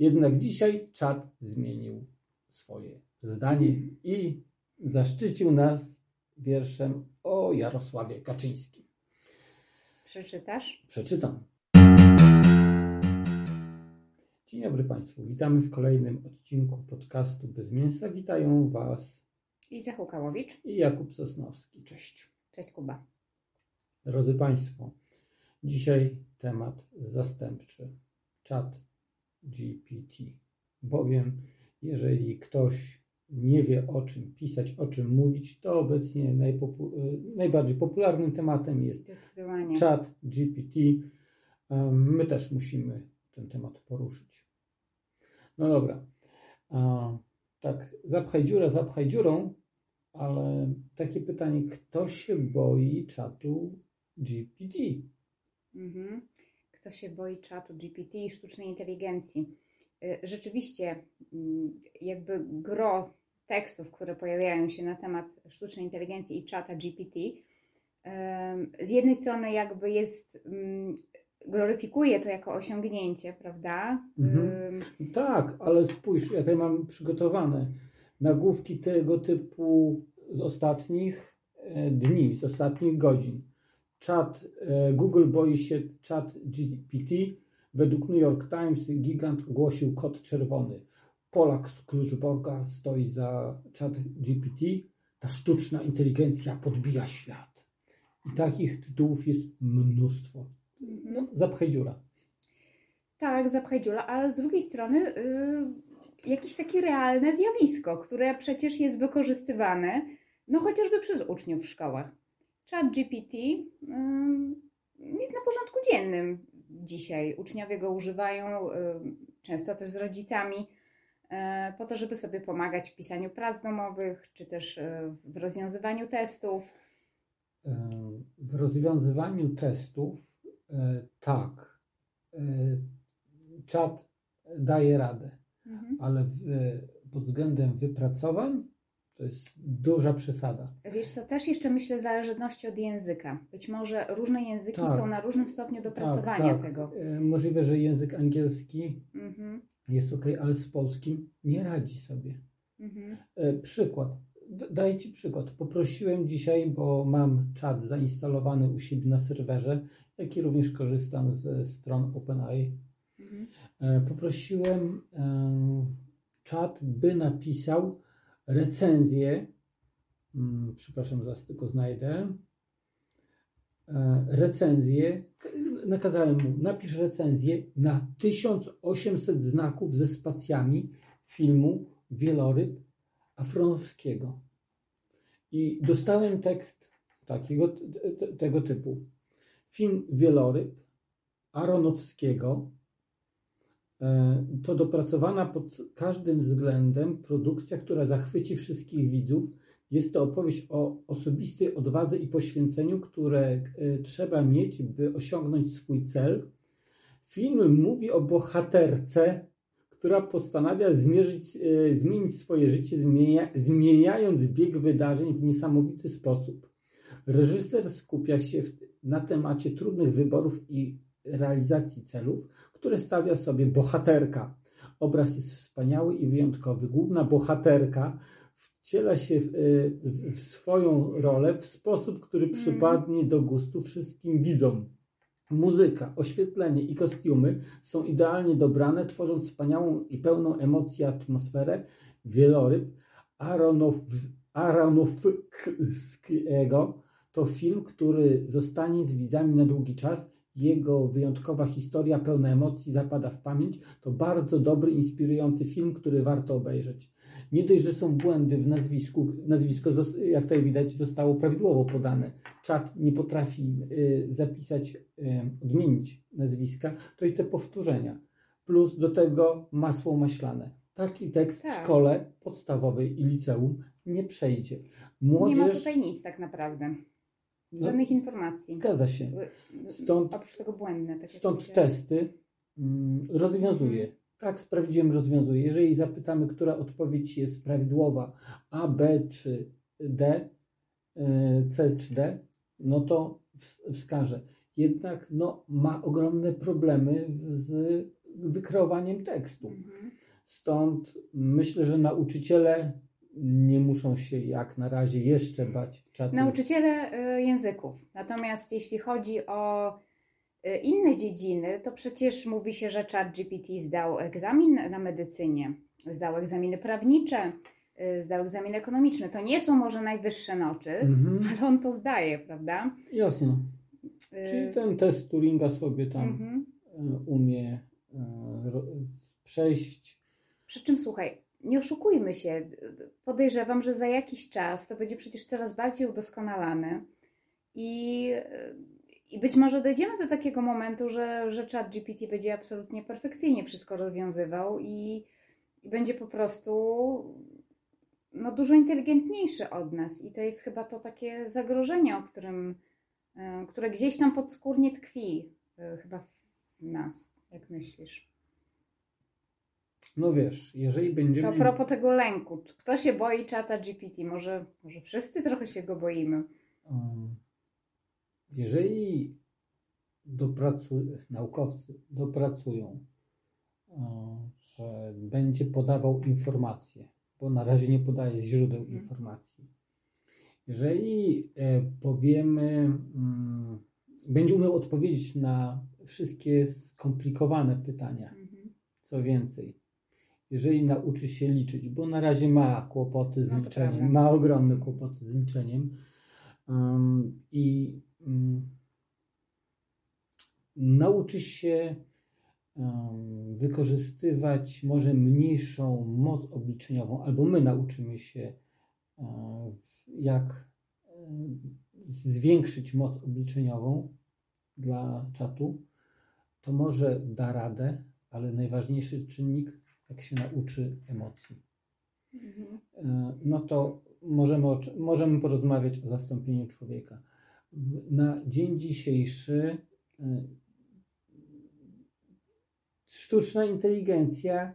Jednak dzisiaj czat zmienił swoje zdanie i zaszczycił nas wierszem o Jarosławie Kaczyńskim. Przeczytasz? Przeczytam. Dzień dobry Państwu. Witamy w kolejnym odcinku podcastu Bez Mięsa. Witają Was Iza Hukałowicz i Jakub Sosnowski. Cześć. Cześć Kuba. Drodzy Państwo, dzisiaj temat zastępczy. ChatGPT. Bowiem jeżeli ktoś nie wie o czym pisać, o czym mówić, to obecnie najbardziej popularnym tematem jest ChatGPT. My też musimy ten temat poruszyć. No dobra. Tak, zapchaj dziurą, ale takie pytanie, kto się boi czatu GPT? Kto się boi czatu GPT i sztucznej inteligencji? Rzeczywiście, jakby gro tekstów, które pojawiają się na temat sztucznej inteligencji i czata GPT, z jednej strony jakby jest, gloryfikuje to jako osiągnięcie, prawda? Tak, ale spójrz, ja tutaj mam przygotowane nagłówki tego typu z ostatnich dni, z ostatnich godzin. Google boi się ChatGPT. Według New York Times gigant ogłosił kod czerwony. Polak z Kluczborka stoi za ChatGPT. Ta sztuczna inteligencja podbija świat. I takich tytułów jest mnóstwo. No, zapchaj dziura. Tak, zapchaj dziura, ale z drugiej strony jakieś takie realne zjawisko, które przecież jest wykorzystywane, no chociażby przez uczniów w szkołach. ChatGPT jest na porządku dziennym dzisiaj. Uczniowie go używają często też z rodzicami po to, żeby sobie pomagać w pisaniu prac domowych, czy też w rozwiązywaniu testów. W rozwiązywaniu testów tak, czat daje radę, ale pod względem wypracowań to jest duża przesada. Wiesz co, też jeszcze myślę w zależności od języka. Być może różne języki są na różnym stopniu dopracowania tego. Możliwe, że język angielski jest ok, ale z polskim nie radzi sobie. Przykład. Daję Ci przykład. Poprosiłem dzisiaj, bo mam czat zainstalowany u siebie na serwerze, jak i również korzystam ze stron OpenAI. Poprosiłem czat, by napisał recenzję. Przepraszam, zaraz tylko znajdę. Recenzję. Nakazałem mu, napisz recenzję na 1800 znaków ze spacjami filmu Wieloryb Afronowskiego. I dostałem tekst tego typu. Film Wieloryb Aronowskiego to dopracowana pod każdym względem produkcja, która zachwyci wszystkich widzów. Jest to opowieść o osobistej odwadze i poświęceniu, które trzeba mieć, by osiągnąć swój cel. Film mówi o bohaterce, która postanawia zmienić swoje życie, zmieniając bieg wydarzeń w niesamowity sposób. Reżyser skupia się na temacie trudnych wyborów i realizacji celów, które stawia sobie bohaterka. Obraz jest wspaniały i wyjątkowy. Główna bohaterka wciela się w swoją rolę w sposób, który przypadnie do gustu wszystkim widzom. Muzyka, oświetlenie i kostiumy są idealnie dobrane, tworząc wspaniałą i pełną emocji atmosferę. Wieloryb Aronowskiego to film, który zostanie z widzami na długi czas. Jego wyjątkowa historia, pełna emocji, zapada w pamięć. To bardzo dobry, inspirujący film, który warto obejrzeć. Nie dość, że są błędy w nazwisko, jak tutaj widać, zostało prawidłowo podane. Czat nie potrafi odmienić nazwiska, to i te powtórzenia. Plus do tego masło maślane. Taki tekst w szkole podstawowej i liceum nie przejdzie. Nie ma tutaj nic tak naprawdę. Żadnych informacji. Zgadza się. Oprócz tego błędne. Stąd testy rozwiązuje. Tak, sprawdziłem, rozwiązuje. Jeżeli zapytamy, która odpowiedź jest prawidłowa, A, B czy D, C czy D, no to wskaże. Jednak ma ogromne problemy z wykreowaniem tekstu. Stąd myślę, że nauczyciele nie muszą się jak na razie jeszcze bać czatu. Nauczyciele języków. Natomiast jeśli chodzi o inne dziedziny, to przecież mówi się, że ChatGPT zdał egzamin na medycynie, zdał egzaminy prawnicze, zdał egzamin ekonomiczny. To nie są może najwyższe noty, ale on to zdaje, prawda? Jasne. Czyli ten test Turinga sobie tam umie przejść. Przy czym słuchaj, nie oszukujmy się, podejrzewam, że za jakiś czas to będzie przecież coraz bardziej udoskonalany i być może dojdziemy do takiego momentu, że ChatGPT będzie absolutnie perfekcyjnie wszystko rozwiązywał i będzie po prostu dużo inteligentniejszy od nas. I to jest chyba to takie zagrożenie, które gdzieś tam podskórnie tkwi chyba w nas. Jak myślisz? No wiesz, jeżeli będziemy... To a propos tego lęku. Kto się boi ChatGPT? Może wszyscy trochę się go boimy. Jeżeli naukowcy dopracują, że będzie podawał informacje, bo na razie nie podaje źródeł informacji. Jeżeli powiemy, będzie umiał odpowiedzieć na wszystkie skomplikowane pytania, co więcej, jeżeli nauczy się liczyć, bo na razie ma kłopoty z liczeniem, ma ogromne kłopoty z liczeniem i nauczy się wykorzystywać może mniejszą moc obliczeniową, albo my nauczymy się, jak zwiększyć moc obliczeniową dla czatu, to może da radę, ale najważniejszy czynnik, jak się nauczy emocji. No to możemy porozmawiać o zastąpieniu człowieka. Na dzień dzisiejszy sztuczna inteligencja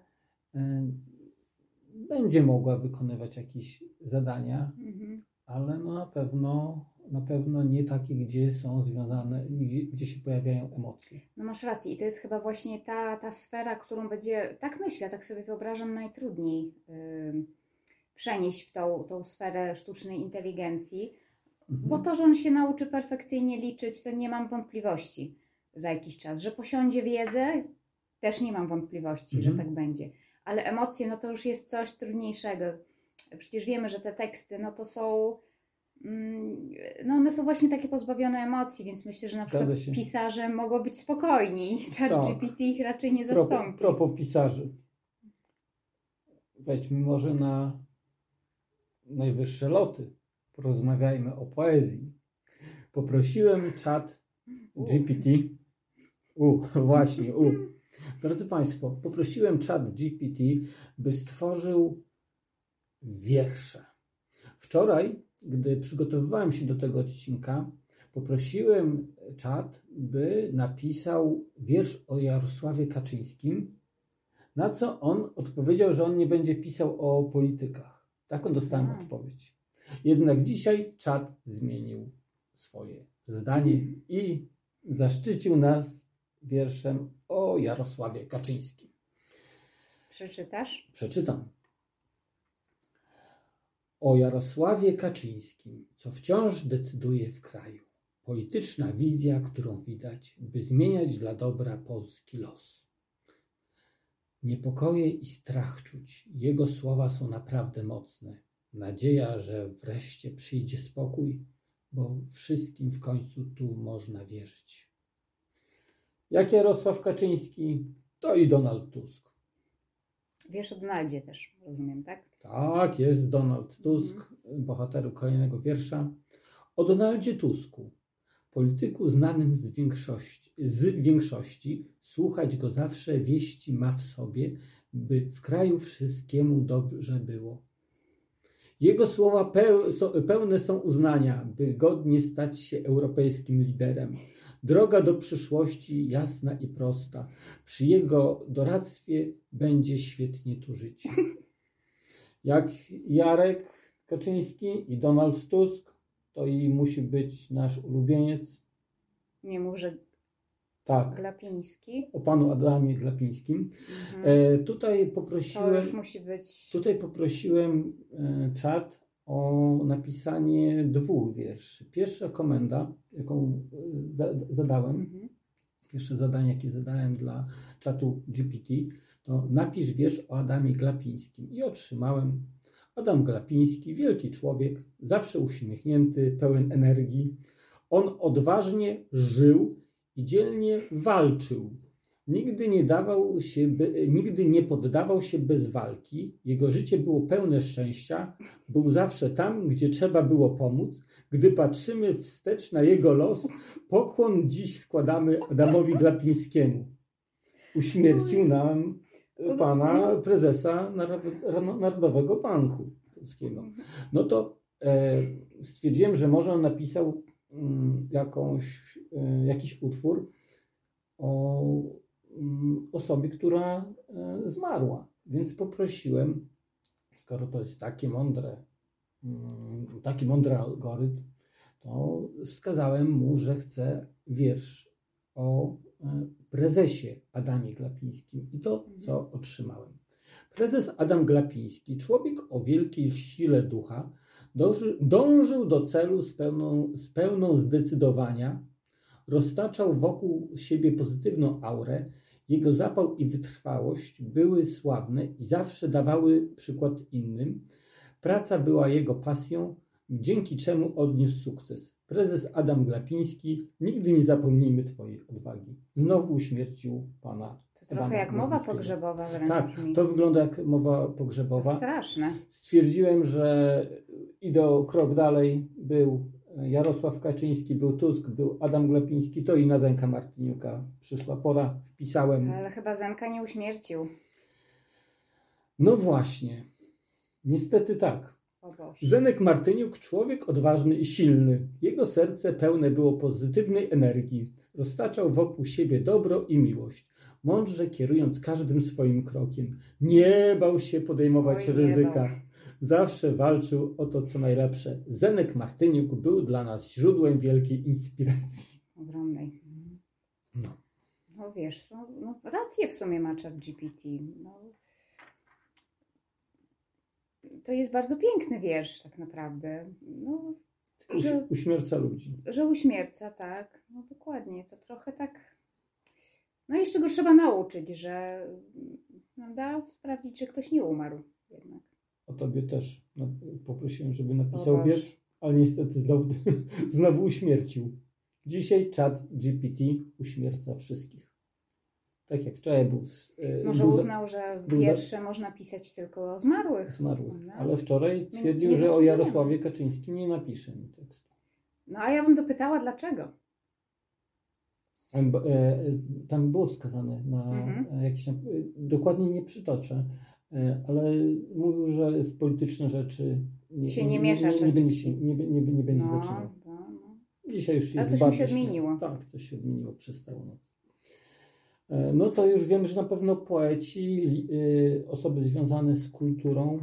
będzie mogła wykonywać jakieś zadania, ale na pewno nie takie, gdzie są związane, gdzie się pojawiają emocje. No masz rację i to jest chyba właśnie ta sfera, którą będzie, tak myślę, tak sobie wyobrażam, najtrudniej przenieść w tą sferę sztucznej inteligencji, bo to, że on się nauczy perfekcyjnie liczyć, to nie mam wątpliwości za jakiś czas, że posiądzie wiedzę, też nie mam wątpliwości, że tak będzie. Ale emocje, no to już jest coś trudniejszego. Przecież wiemy, że te teksty, no to są, one są właśnie takie pozbawione emocji, więc myślę, że na przykład pisarze mogą być spokojni. ChatGPT ich raczej nie zastąpi. Propos pisarzy. Wejdźmy może na najwyższe loty. Porozmawiajmy o poezji. Poprosiłem ChatGPT. Drodzy Państwo, poprosiłem ChatGPT, by stworzył wiersze. Wczoraj, gdy przygotowywałem się do tego odcinka, poprosiłem czat, by napisał wiersz o Jarosławie Kaczyńskim, na co on odpowiedział, że on nie będzie pisał o politykach. Taką dostałem odpowiedź. Jednak dzisiaj czat zmienił swoje zdanie i zaszczycił nas wierszem o Jarosławie Kaczyńskim. Przeczytasz? Przeczytam. O Jarosławie Kaczyńskim, co wciąż decyduje w kraju. Polityczna wizja, którą widać, by zmieniać dla dobra Polski los. Niepokoje i strach czuć. Jego słowa są naprawdę mocne. Nadzieja, że wreszcie przyjdzie spokój, bo wszystkim w końcu tu można wierzyć. Jak Jarosław Kaczyński, to i Donald Tusk. Wiesz o Donaldzie też, rozumiem, tak? Tak, jest Donald Tusk, bohater kolejnego wiersza. O Donaldzie Tusku, polityku znanym z większości, słuchać go zawsze wieści ma w sobie, by w kraju wszystkiemu dobrze było. Jego słowa pełne są uznania, by godnie stać się europejskim liderem. Droga do przyszłości jasna i prosta. Przy jego doradztwie będzie świetnie tu żyć. Jak Jarek Kaczyński i Donald Tusk, to i musi być nasz ulubieniec. Nie mów, że Tak, Glapiński. o panu Adamie Glapińskim. Tutaj To już musi być... poprosiłem czat o napisanie 2 wierszy. Pierwsza komenda, jaką zadałem, pierwsze zadanie, jakie zadałem dla czatu GPT, to napisz wiersz o Adamie Glapińskim. I otrzymałem: Adam Glapiński, wielki człowiek, zawsze uśmiechnięty, pełen energii. On odważnie żył i dzielnie walczył. Nigdy nie poddawał się bez walki. Jego życie było pełne szczęścia. Był zawsze tam, gdzie trzeba było pomóc. Gdy patrzymy wstecz na jego los, pokłon dziś składamy Adamowi Glapińskiemu. Uśmiercił nam pana prezesa Narodowego Banku Polskiego. No to stwierdziłem, że może on napisał jakiś utwór o osobie, która zmarła. Więc poprosiłem, skoro to jest taki mądry algorytm, to wskazałem mu, że chcę wiersz o prezesie Adamie Glapińskim. I to, co otrzymałem. Prezes Adam Glapiński, człowiek o wielkiej sile ducha, dążył do celu z pełną zdecydowania, roztaczał wokół siebie pozytywną aurę. Jego zapał i wytrwałość były sławne i zawsze dawały przykład innym. Praca była jego pasją, dzięki czemu odniósł sukces. Prezes Adam Glapiński, nigdy nie zapomnijmy twojej odwagi. Znowu uśmiercił pana. Trochę jak mowa pogrzebowa wręcz. Tak, brzmi. to wygląda jak mowa pogrzebowa. To straszne. Stwierdziłem, że idę o krok dalej. Był Jarosław Kaczyński, był Tusk, był Adam Glapiński, to i na Zenka Martyniuka przyszła pora. Wpisałem. Ale chyba Zenka nie uśmiercił. No właśnie. Niestety tak. Zenek Martyniuk, człowiek odważny i silny. Jego serce pełne było pozytywnej energii. Roztaczał wokół siebie dobro i miłość. Mądrze kierując każdym swoim krokiem. Nie bał się podejmować ryzyka. Zawsze walczył o to, co najlepsze. Zenek Martyniuk był dla nas źródłem wielkiej inspiracji. Ogromnej. No. No wiesz, rację w sumie ma ChatGPT. To jest bardzo piękny wiersz tak naprawdę. Uśmierca ludzi. Że uśmierca, tak. No dokładnie. To trochę tak... No jeszcze go trzeba nauczyć, że da sprawdzić, że ktoś nie umarł jednak. O tobie też. Poprosiłem, żeby napisał wiersz, ale niestety znowu uśmiercił. Dzisiaj ChatGPT uśmierca wszystkich. Tak jak wczoraj był... Może uznał, że wiersze można pisać tylko o zmarłych. No. Ale wczoraj twierdził, że o Jarosławie Kaczyńskim nie napisze mi tekstu. No a ja bym dopytała, dlaczego? Tam było wskazane na jakieś... Dokładnie nie przytoczę, ale mówił, że w polityczne rzeczy nie miesza. Nie będzie zaczynał. Dzisiaj już jest coś bardziej... się odmieniło. Tak, coś się odmieniło przez całą noc. No to już wiemy, że na pewno poeci, osoby związane z kulturą,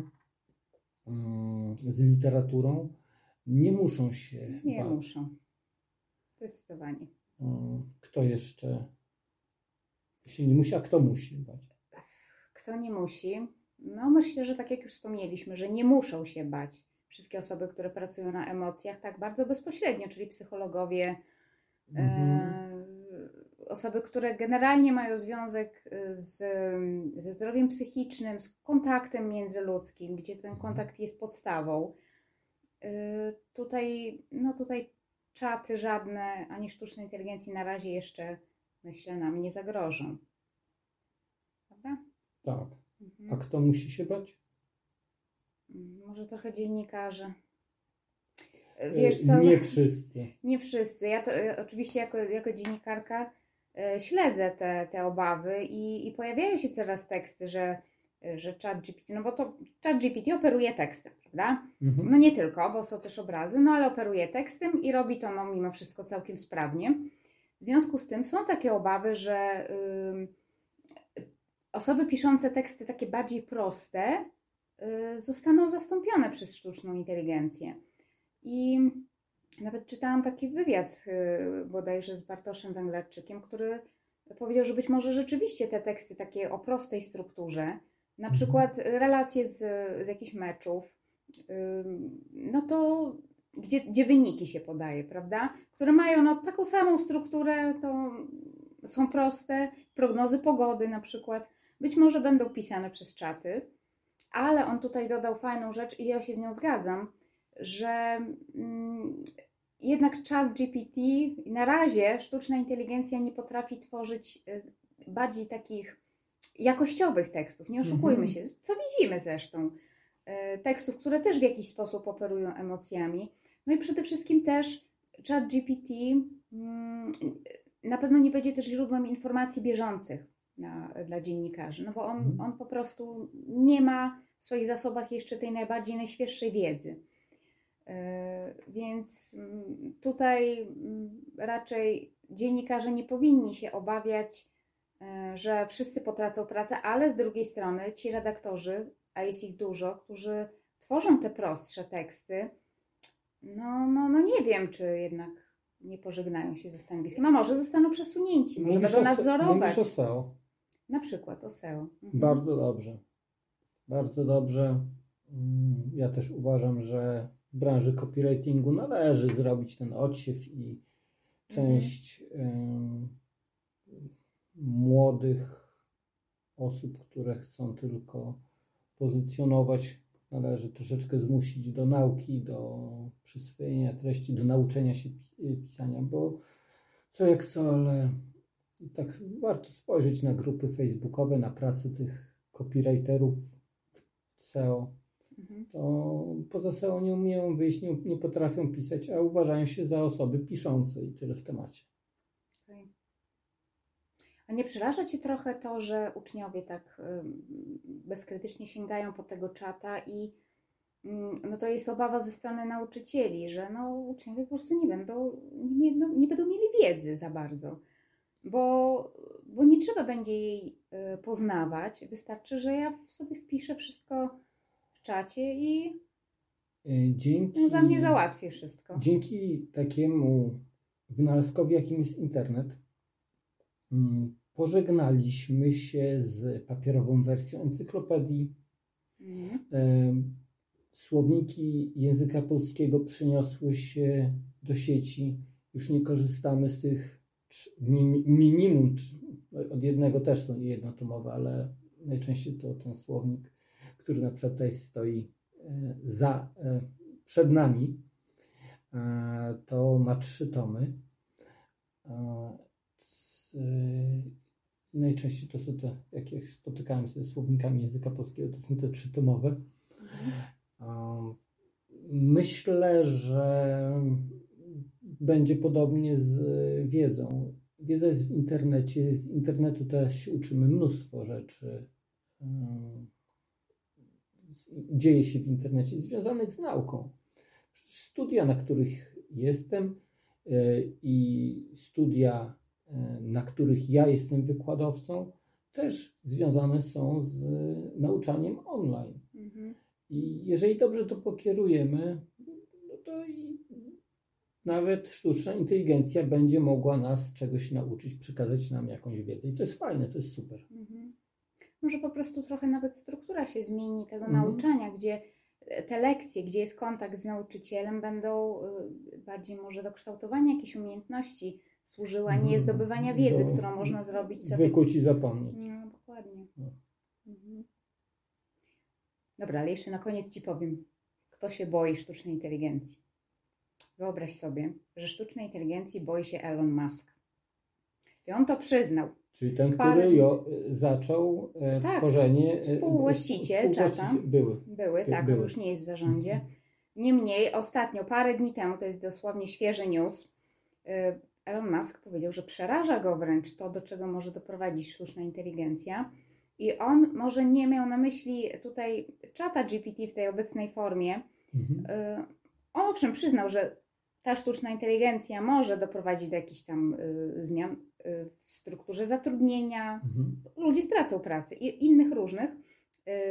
z literaturą nie muszą się Nie bać. muszą. Zdecydowanie. Kto jeszcze się nie musi, a kto musi bać? Kto nie musi? No myślę, że tak jak już wspomnieliśmy, że nie muszą się bać. Wszystkie osoby, które pracują na emocjach tak bardzo bezpośrednio, czyli psychologowie, osoby, które generalnie mają związek ze zdrowiem psychicznym, z kontaktem międzyludzkim, gdzie ten kontakt jest podstawą. Tutaj czaty żadne, ani sztucznej inteligencji na razie jeszcze, myślę, nam nie zagrożą. Prawda? Tak. A kto musi się bać? Może trochę dziennikarze. Wiesz co? Nie wszyscy. Nie wszyscy. Ja to oczywiście jako dziennikarka śledzę te obawy i pojawiają się coraz teksty, że ChatGPT, no bo to ChatGPT operuje tekstem, prawda? No nie tylko, bo są też obrazy, no ale operuje tekstem i robi to mimo wszystko całkiem sprawnie. W związku z tym są takie obawy, że osoby piszące teksty takie bardziej proste zostaną zastąpione przez sztuczną inteligencję. I nawet czytałam taki wywiad bodajże z Bartoszem Węglarczykiem, który powiedział, że być może rzeczywiście te teksty takie o prostej strukturze, na przykład relacje z jakichś meczów, no to gdzie wyniki się podaje, prawda? Które mają no, taką samą strukturę, to są proste, prognozy pogody na przykład, być może będą pisane przez czaty, ale on tutaj dodał fajną rzecz i ja się z nią zgadzam, że jednak ChatGPT na razie sztuczna inteligencja nie potrafi tworzyć bardziej takich jakościowych tekstów, nie oszukujmy się, co widzimy zresztą, tekstów, które też w jakiś sposób operują emocjami. No i przede wszystkim też ChatGPT na pewno nie będzie też źródłem informacji bieżących dla dziennikarzy, no bo on po prostu nie ma w swoich zasobach jeszcze tej najświeższej wiedzy. Więc tutaj raczej dziennikarze nie powinni się obawiać, że wszyscy potracą pracę, ale z drugiej strony ci redaktorzy, a jest ich dużo, którzy tworzą te prostsze teksty, no nie wiem, czy jednak nie pożegnają się ze stanowiskiem, a może zostaną przesunięci, może będą nadzorować. Mówisz o SEO. Na przykład o SEO. Bardzo dobrze. Bardzo dobrze. Ja też uważam, że w branży copywritingu należy zrobić ten odsiew i część młodych osób, które chcą tylko pozycjonować, należy troszeczkę zmusić do nauki, do przyswojenia treści, do nauczenia się pisania, bo co jak co, ale tak warto spojrzeć na grupy facebookowe, na pracę tych copywriterów SEO. To poza SEO nie umieją wyjść, nie potrafią pisać, a uważają się za osoby piszące i tyle w temacie. Okay. A nie przeraża Cię trochę to, że uczniowie tak bezkrytycznie sięgają po tego czata i no to jest obawa ze strony nauczycieli, że no uczniowie po prostu nie będą mieli wiedzy za bardzo, bo nie trzeba będzie jej poznawać, wystarczy, że ja sobie wpiszę wszystko w czacie i za mnie załatwię wszystko. Dzięki takiemu wynalazkowi, jakim jest internet, pożegnaliśmy się z papierową wersją encyklopedii. Słowniki języka polskiego przeniosły się do sieci. Już nie korzystamy z tych minimum, od jednego też są jednotomowe, ale najczęściej to ten słownik, który na przykład tutaj stoi przed nami, to ma 3 tomy. Najczęściej to są te, jak spotykałem się ze słownikami języka polskiego, to są te 3-tomowe. Myślę, że będzie podobnie z wiedzą. Wiedza jest w internecie, z internetu teraz się uczymy mnóstwo rzeczy. Dzieje się w internecie związanych z nauką. Studia, na których jestem i studia, na których ja jestem wykładowcą, też związane są z nauczaniem online. I jeżeli dobrze to pokierujemy, no to i nawet sztuczna inteligencja będzie mogła nas czegoś nauczyć, przekazać nam jakąś wiedzę. I to jest fajne, to jest super. Może po prostu trochę nawet struktura się zmieni tego nauczania, gdzie te lekcje, gdzie jest kontakt z nauczycielem, będą bardziej może do kształtowania jakichś umiejętności służyły, a nie zdobywania wiedzy, którą można zrobić sobie. Wykuć i zapomnieć. No, dokładnie. Dobra, ale jeszcze na koniec Ci powiem, kto się boi sztucznej inteligencji. Wyobraź sobie, że sztucznej inteligencji boi się Elon Musk. I on to przyznał. Czyli ten, który zaczął tworzenie... Współwłaściciel czata. Były, on już nie jest w zarządzie. Niemniej ostatnio, parę dni temu, to jest dosłownie świeży news, Elon Musk powiedział, że przeraża go wręcz to, do czego może doprowadzić sztuczna inteligencja. I on może nie miał na myśli tutaj czata GPT w tej obecnej formie. On owszem przyznał, że ta sztuczna inteligencja może doprowadzić do jakichś tam zmian w strukturze zatrudnienia. Ludzie stracą pracę i innych różnych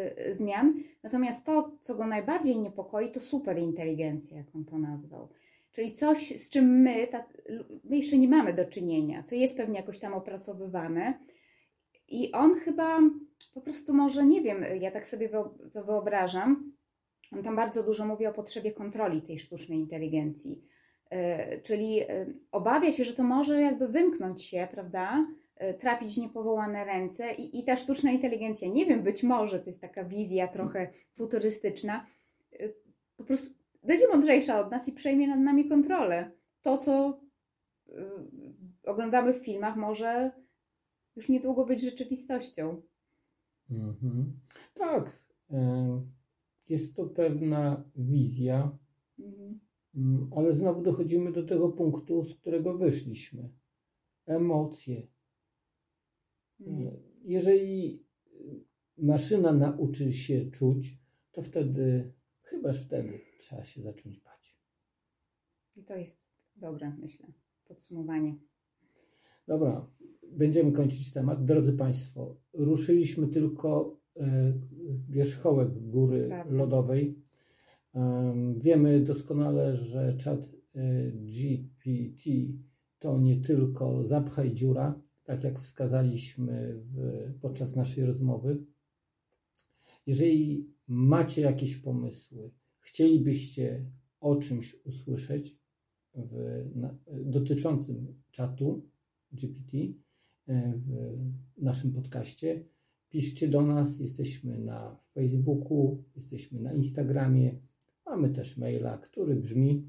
zmian. Natomiast to, co go najbardziej niepokoi, to superinteligencja, jak on to nazwał. Czyli coś, z czym my jeszcze nie mamy do czynienia, co jest pewnie jakoś tam opracowywane. I on chyba po prostu może, nie wiem, ja tak sobie to wyobrażam, on tam bardzo dużo mówi o potrzebie kontroli tej sztucznej inteligencji. Czyli obawia się, że to może jakby wymknąć się, prawda, trafić w niepowołane ręce i ta sztuczna inteligencja, nie wiem, być może to jest taka wizja trochę futurystyczna, po prostu będzie mądrzejsza od nas i przejmie nad nami kontrolę. To, co oglądamy w filmach, może już niedługo być rzeczywistością. Mhm. Tak, jest to pewna wizja, ale znowu dochodzimy do tego punktu, z którego wyszliśmy. Emocje. Jeżeli maszyna nauczy się czuć, to chyba wtedy trzeba się zacząć bać. I to jest dobre, myślę, podsumowanie. Dobra, będziemy kończyć temat. Drodzy Państwo, ruszyliśmy tylko wierzchołek góry lodowej. Wiemy doskonale, że ChatGPT to nie tylko zapchaj dziura, tak jak wskazaliśmy podczas naszej rozmowy. Jeżeli macie jakieś pomysły, chcielibyście o czymś usłyszeć dotyczącym czatu GPT w naszym podcaście, piszcie do nas. Jesteśmy na Facebooku, jesteśmy na Instagramie. Mamy też maila, który brzmi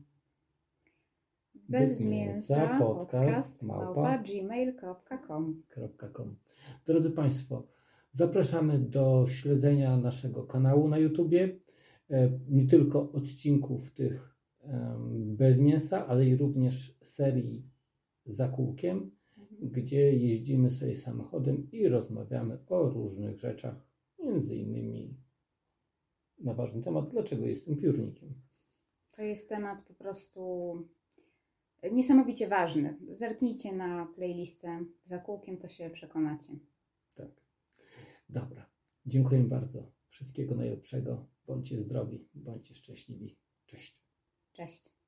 bezmięsa@gmail.com. Drodzy Państwo, zapraszamy do śledzenia naszego kanału na YouTubie. Nie tylko odcinków tych bez mięsa, ale i również serii Za kółkiem, gdzie jeździmy sobie samochodem i rozmawiamy o różnych rzeczach, między innymi na ważny temat, dlaczego jestem piórnikiem. To jest temat po prostu niesamowicie ważny. Zerknijcie na playlistę Za kółkiem, to się przekonacie. Tak. Dobra. Dziękuję bardzo. Wszystkiego najlepszego. Bądźcie zdrowi, bądźcie szczęśliwi. Cześć. Cześć.